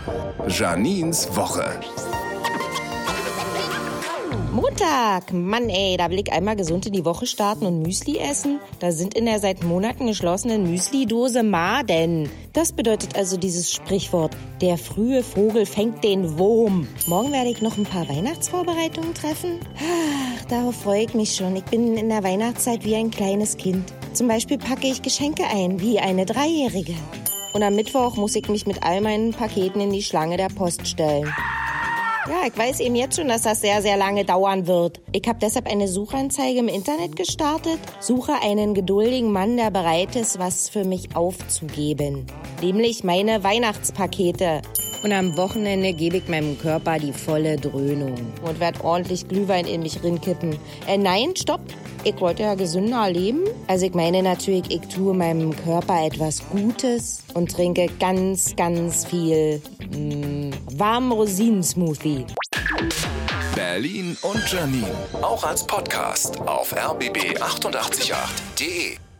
Janines Woche. Montag, Mann ey, da will ich einmal gesund in die Woche starten und Müsli essen. Da sind in der seit Monaten geschlossenen Müsli-Dose Maden. Das bedeutet also dieses Sprichwort, der frühe Vogel fängt den Wurm. Morgen werde ich noch ein paar Weihnachtsvorbereitungen treffen. Ach, darauf freue ich mich schon. Ich bin in der Weihnachtszeit wie ein kleines Kind. Zum Beispiel packe ich Geschenke ein, wie eine Dreijährige. Und am Mittwoch muss ich mich mit all meinen Paketen in die Schlange der Post stellen. Ja, ich weiß eben jetzt schon, dass das sehr, sehr lange dauern wird. Ich habe deshalb eine Suchanzeige im Internet gestartet. Suche einen geduldigen Mann, der bereit ist, was für mich aufzugeben. Nämlich meine Weihnachtspakete. Und am Wochenende gebe ich meinem Körper die volle Dröhnung. Und werde ordentlich Glühwein in mich rinkippen. Nein, stopp. Ich wollte ja gesünder leben. Also ich meine natürlich, ich tue meinem Körper etwas Gutes und trinke ganz, ganz viel warmen Rosinensmoothie. Berlin und Janine, auch als Podcast auf rbb888.de.